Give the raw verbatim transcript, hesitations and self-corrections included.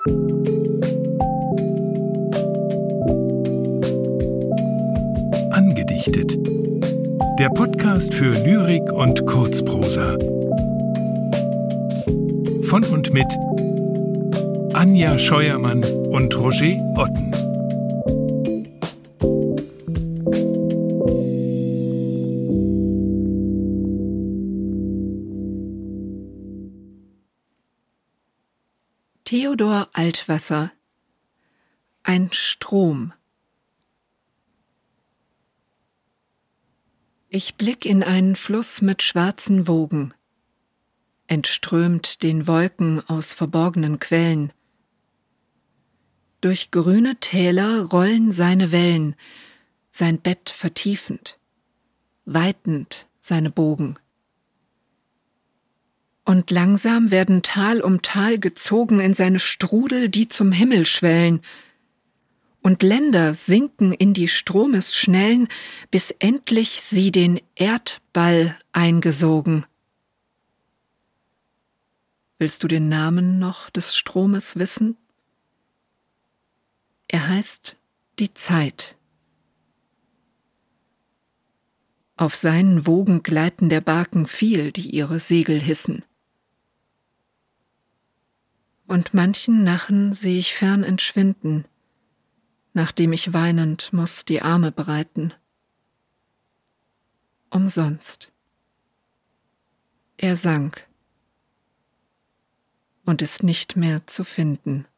Angedichtet. Der Podcast für Lyrik und Kurzprosa. Von und mit Anja Scheuermann und Roger Otten. Theodor Altwasser. Ein Strom. Ich blick in einen Fluss mit schwarzen Wogen, entströmt den Wolken aus verborgenen Quellen. Durch grüne Täler rollen seine Wellen, sein Bett vertiefend, weitend seine Bogen. Und langsam werden Tal um Tal gezogen in seine Strudel, die zum Himmel schwellen, und Länder sinken in die Stromesschnellen, bis endlich sie den Erdball eingesogen. Willst du den Namen noch des Stromes wissen? Er heißt die Zeit. Auf seinen Wogen gleiten der Barken viel, die ihre Segel hissen. Und manchen Nachen seh ich fern entschwinden, nachdem ich weinend muß die Arme breiten. Umsonst. Er sank und ist nicht mehr zu finden.